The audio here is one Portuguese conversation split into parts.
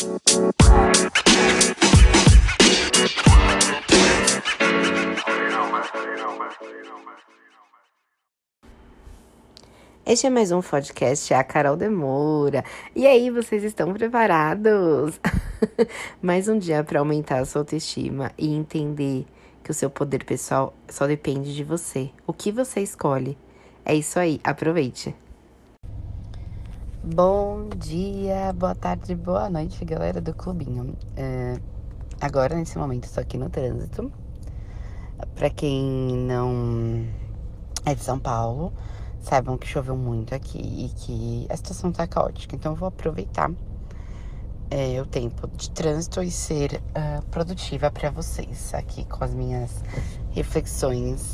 Este é mais um podcast, a Carol Demora. E aí, vocês estão preparados? Mais um dia para aumentar a sua autoestima e entender que o seu poder pessoal só depende de você. O que você escolhe? É isso aí, aproveite. Bom dia, boa tarde, boa noite, galera do clubinho. Agora, nesse momento, estou aqui no trânsito. Para quem não é de São Paulo, saibam que choveu muito aqui e que a situação tá caótica. Então eu vou aproveitar o tempo de trânsito e ser produtiva para vocês aqui com as minhas reflexões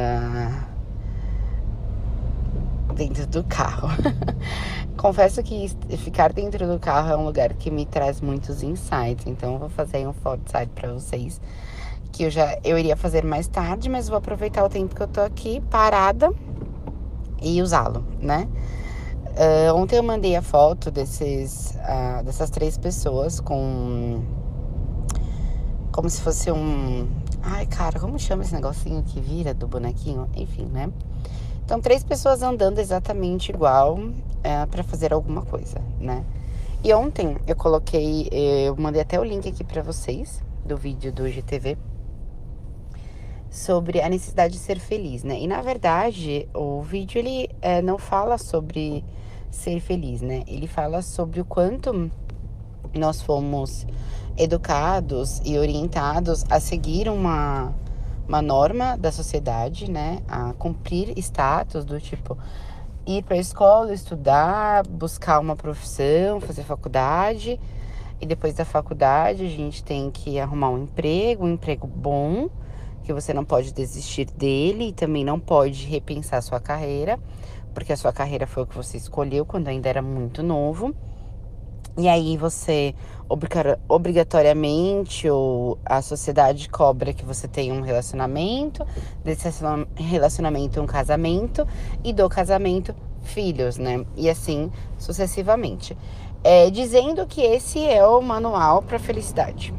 dentro do carro. Confesso que ficar dentro do carro é um lugar que me traz muitos insights. Então eu vou fazer um foresight para vocês que eu iria fazer mais tarde, mas vou aproveitar o tempo que eu tô aqui parada e usá-lo, né? Ontem eu mandei a foto dessas 3 pessoas como se fosse um... Ai, cara, como chama esse negocinho que vira do bonequinho? Enfim, né? Então, 3 pessoas andando exatamente igual pra fazer alguma coisa, né? E ontem eu mandei até o link aqui pra vocês do vídeo do GTV sobre a necessidade de ser feliz, né? E na verdade, o vídeo ele não fala sobre ser feliz, né? Ele fala sobre o quanto nós fomos educados e orientados a seguir uma norma da sociedade, né? A cumprir status do tipo ir para a escola, estudar, buscar uma profissão, fazer faculdade. E depois da faculdade a gente tem que arrumar um emprego bom, que você não pode desistir dele e também não pode repensar a sua carreira, porque a sua carreira foi o que você escolheu quando ainda era muito novo. E aí você, obrigatoriamente, ou a sociedade cobra que você tenha um relacionamento, desse relacionamento um casamento, e do casamento filhos, né? E assim sucessivamente. Dizendo que esse é o manual para felicidade.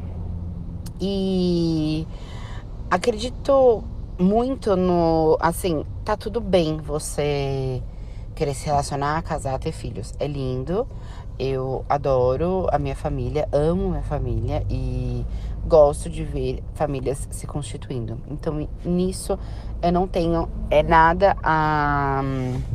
E acredito muito assim, tá tudo bem você querer se relacionar, casar, ter filhos. É lindo, eu adoro a minha família, amo minha família e gosto de ver famílias se constituindo. Então, nisso eu não tenho nada a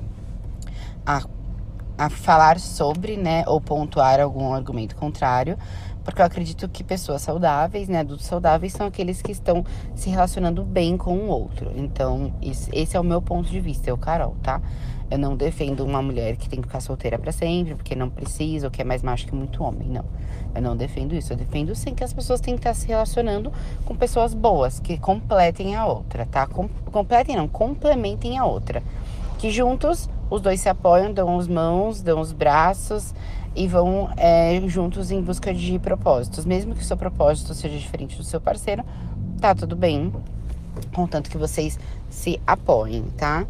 falar sobre, né, ou pontuar algum argumento contrário, porque eu acredito que pessoas saudáveis, né, adultos saudáveis, são aqueles que estão se relacionando bem com o outro. Então, esse é o meu ponto de vista, Carol, tá? Eu não defendo uma mulher que tem que ficar solteira pra sempre, porque não precisa, ou que é mais macho que muito homem, não. Eu não defendo isso, eu defendo sim que as pessoas têm que estar se relacionando com pessoas boas, que completem a outra, tá? Complementem a outra. Que juntos, os dois se apoiam, dão as mãos, dão os braços e vão juntos em busca de propósitos. Mesmo que o seu propósito seja diferente do seu parceiro, tá tudo bem, contanto que vocês se apoiem, tá?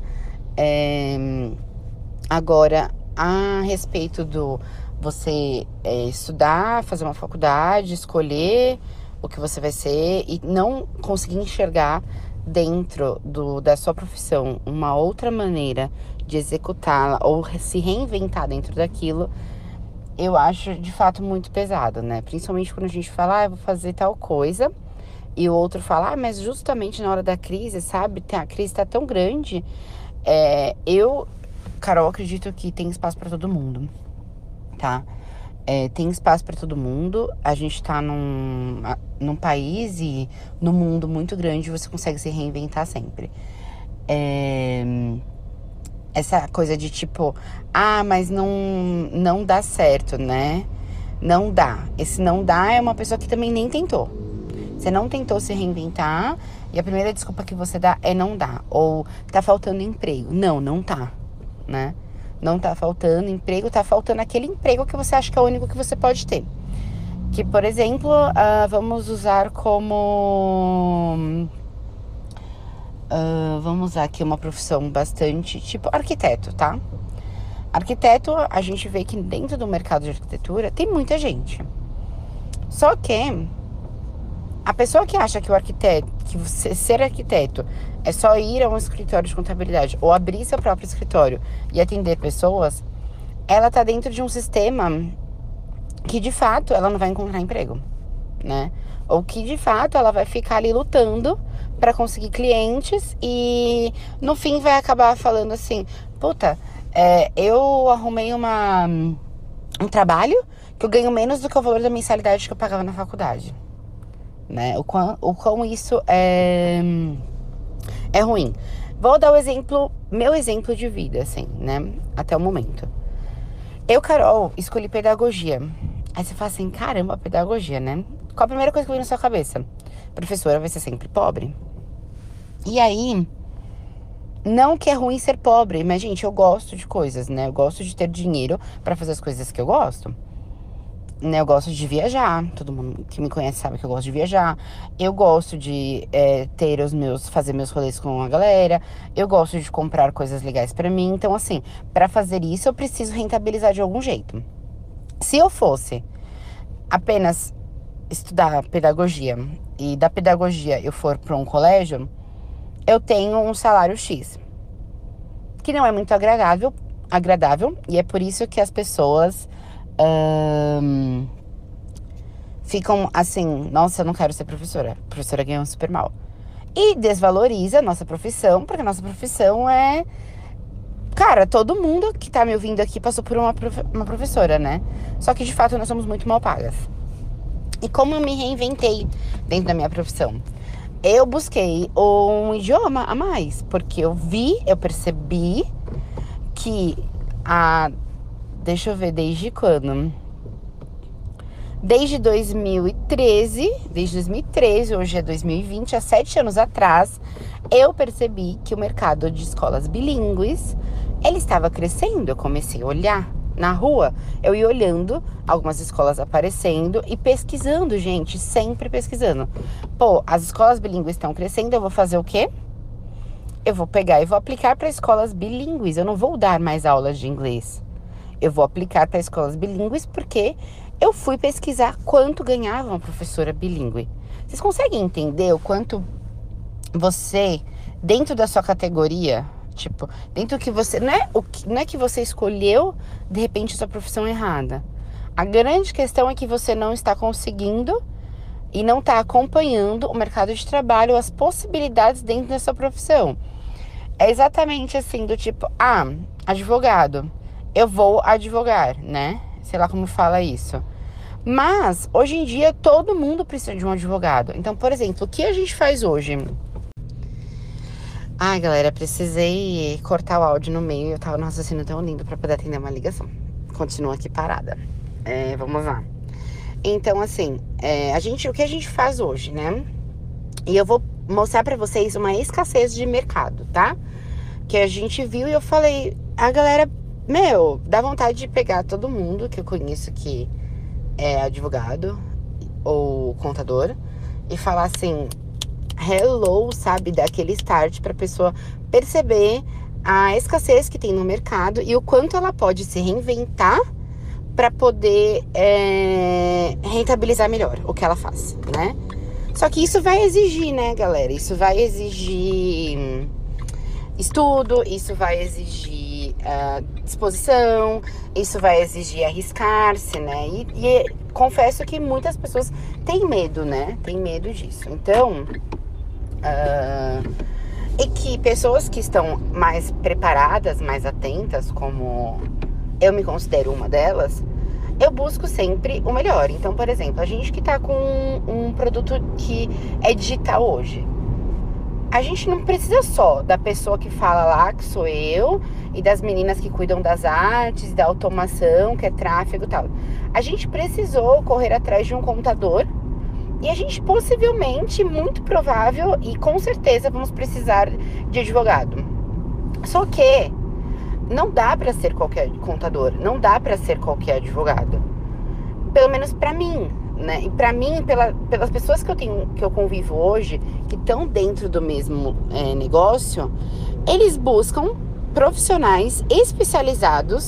Agora, a respeito do você estudar, fazer uma faculdade, escolher o que você vai ser e não conseguir enxergar dentro da sua profissão uma outra maneira de executá-la ou se reinventar dentro daquilo, eu acho de fato muito pesado, né? Principalmente quando a gente fala, eu vou fazer tal coisa, e o outro fala, mas justamente na hora da crise, sabe? A crise tá tão grande. Carol, acredito que tem espaço para todo mundo, tá? Tem espaço para todo mundo. A gente tá num país e num mundo muito grande, você consegue se reinventar sempre. Essa coisa de tipo, mas não dá certo, né? Não dá. Esse não dá é uma pessoa que também nem tentou. Você não tentou se reinventar e a primeira desculpa que você dá é não dá. Ou tá faltando emprego. Não tá, né? Não tá faltando emprego, tá faltando aquele emprego que você acha que é o único que você pode ter. Que, por exemplo, vamos usar como... vamos usar aqui uma profissão bastante, tipo arquiteto, tá? Arquiteto, a gente vê que dentro do mercado de arquitetura tem muita gente. Só que a pessoa que acha que o arquiteto, que você ser arquiteto é só ir a um escritório de contabilidade ou abrir seu próprio escritório e atender pessoas, ela tá dentro de um sistema que de fato ela não vai encontrar emprego, né? Ou que de fato ela vai ficar ali lutando para conseguir clientes e no fim vai acabar falando assim: puta, eu arrumei um trabalho que eu ganho menos do que o valor da mensalidade que eu pagava na faculdade, né? O quão isso é ruim. Vou dar meu exemplo de vida, assim, né? Até o momento. Eu, Carol, escolhi pedagogia. Aí você fala assim, caramba, pedagogia, né? Qual a primeira coisa que vem na sua cabeça? Professora vai ser sempre pobre. E aí, não que é ruim ser pobre, mas, gente, eu gosto de coisas, né? Eu gosto de ter dinheiro pra fazer as coisas que eu gosto. Né, eu gosto de viajar, todo mundo que me conhece sabe que eu gosto de viajar. Eu gosto de fazer meus rolês com a galera. Eu gosto de comprar coisas legais pra mim. Então, assim, pra fazer isso eu preciso rentabilizar de algum jeito. Se eu fosse apenas estudar pedagogia e da pedagogia eu for pra um colégio, eu tenho um salário X, que não é muito agradável, e é por isso que as pessoas ficam assim, nossa, eu não quero ser professora. A professora ganha super mal. E desvaloriza a nossa profissão, porque a nossa profissão é... Cara, todo mundo que tá me ouvindo aqui passou por uma professora, né? Só que, de fato, nós somos muito mal pagas. E como eu me reinventei dentro da minha profissão? Eu busquei um idioma a mais, porque eu percebi que deixa eu ver, desde quando? Desde 2013, hoje é 2020, há 7 anos atrás, eu percebi que o mercado de escolas bilíngues, ele estava crescendo. Eu comecei a olhar na rua, eu ia olhando algumas escolas aparecendo e pesquisando, gente, sempre pesquisando. Pô, as escolas bilíngues estão crescendo, eu vou fazer o quê? Eu vou pegar e vou aplicar para escolas bilíngues, eu não vou dar mais aulas de inglês. Eu vou aplicar para escolas bilíngues porque eu fui pesquisar quanto ganhava uma professora bilíngue. Vocês conseguem entender o quanto você, dentro da sua categoria, tipo, dentro que você... Não é que você escolheu, de repente, a sua profissão errada. A grande questão é que você não está conseguindo e não está acompanhando o mercado de trabalho, as possibilidades dentro da sua profissão. É exatamente assim, do tipo, advogado. Eu vou advogar, né? Sei lá como fala isso. Mas, hoje em dia, todo mundo precisa de um advogado. Então, por exemplo, o que a gente faz hoje? Ai, galera, precisei cortar o áudio no meio. Eu tava num raciocínio tão lindo pra poder atender uma ligação. Continua aqui parada. Vamos lá. Então, assim, o que a gente faz hoje, né? E eu vou mostrar pra vocês uma escassez de mercado, tá? Que a gente viu e eu falei, a galera... dá vontade de pegar todo mundo que eu conheço que é advogado ou contador e falar assim, hello, sabe? Dar aquele start pra pessoa perceber a escassez que tem no mercado e o quanto ela pode se reinventar pra poder rentabilizar melhor o que ela faz, né? Só que isso vai exigir, né, galera? Isso vai exigir estudo, isso vai exigir disposição, isso vai exigir arriscar-se, né? E confesso que muitas pessoas têm medo, né? Têm medo disso. Então, e que pessoas que estão mais preparadas, mais atentas, como eu me considero uma delas, eu busco sempre o melhor. Então, por exemplo, a gente que tá com um produto que é digital hoje, a gente não precisa só da pessoa que fala lá, que sou eu, e das meninas que cuidam das artes, da automação, que é tráfego e tal. A gente precisou correr atrás de um contador e a gente possivelmente, muito provável e com certeza vamos precisar de advogado. Só que não dá pra ser qualquer contador, não dá pra ser qualquer advogado. Pelo menos pra mim, né? E pra mim, pelas pessoas que eu convivo hoje, que estão dentro do mesmo negócio, eles buscam profissionais especializados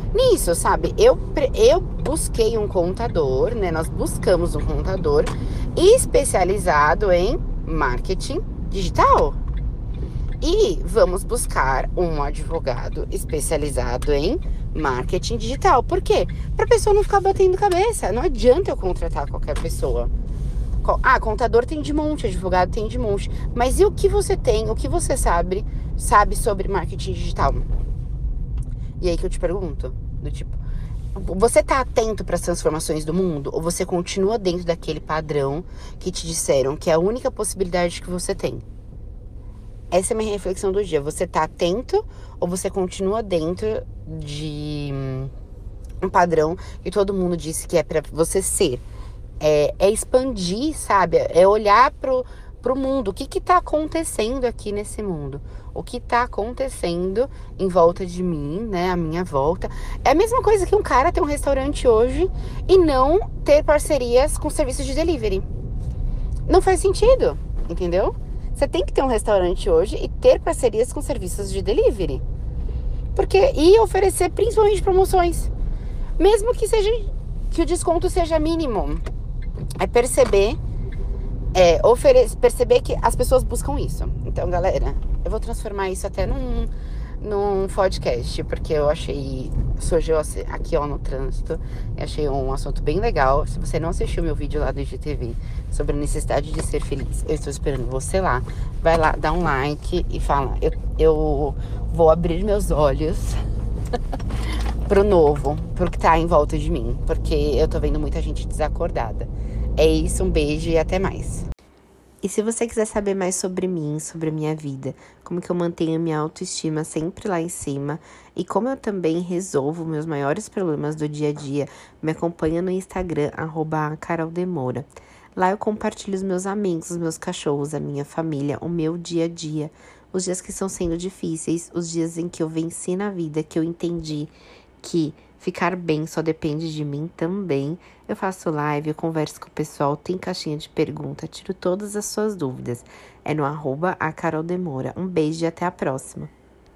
nisso, sabe? Eu busquei um contador, né? Nós buscamos um contador especializado em marketing digital. E vamos buscar um advogado especializado em marketing digital. Por quê? Para a pessoa não ficar batendo cabeça. Não adianta eu contratar qualquer pessoa. Ah, contador tem de monte, advogado tem de monte. Mas e o que você tem, o que você sabe sobre marketing digital? E aí que eu te pergunto, do tipo, você tá atento para as transformações do mundo? Ou você continua dentro daquele padrão que te disseram que é a única possibilidade que você tem? Essa é a minha reflexão do dia. Você tá atento ou você continua dentro de um padrão que todo mundo disse que é para você ser? É expandir, sabe? É olhar pro mundo. O que tá acontecendo aqui nesse mundo? O que tá acontecendo em volta de mim, né? A minha volta. É a mesma coisa que um cara ter um restaurante hoje e não ter parcerias com serviços de delivery. Não faz sentido, entendeu? Você tem que ter um restaurante hoje e ter parcerias com serviços de delivery. E oferecer principalmente promoções. Mesmo que o desconto seja mínimo. É perceber que as pessoas buscam isso. Então, galera, eu vou transformar isso até num podcast, porque eu achei, surgiu aqui, ó, no trânsito, eu achei um assunto bem legal. Se você não assistiu meu vídeo lá do IGTV sobre a necessidade de ser feliz, eu estou esperando você lá. Vai lá, dá um like e fala, eu vou abrir meus olhos pro novo, pro que tá em volta de mim, porque eu tô vendo muita gente desacordada. É isso, um beijo e até mais. E se você quiser saber mais sobre mim, sobre a minha vida, como que eu mantenho a minha autoestima sempre lá em cima e como eu também resolvo meus maiores problemas do dia a dia, me acompanha no Instagram, @caroldemora. Lá eu compartilho os meus amigos, os meus cachorros, a minha família, o meu dia a dia, os dias que estão sendo difíceis, os dias em que eu venci na vida, que eu entendi que ficar bem só depende de mim também. Eu faço live, eu converso com o pessoal, tem caixinha de pergunta, tiro todas as suas dúvidas. É no @acaroldemora. Um beijo e até a próxima.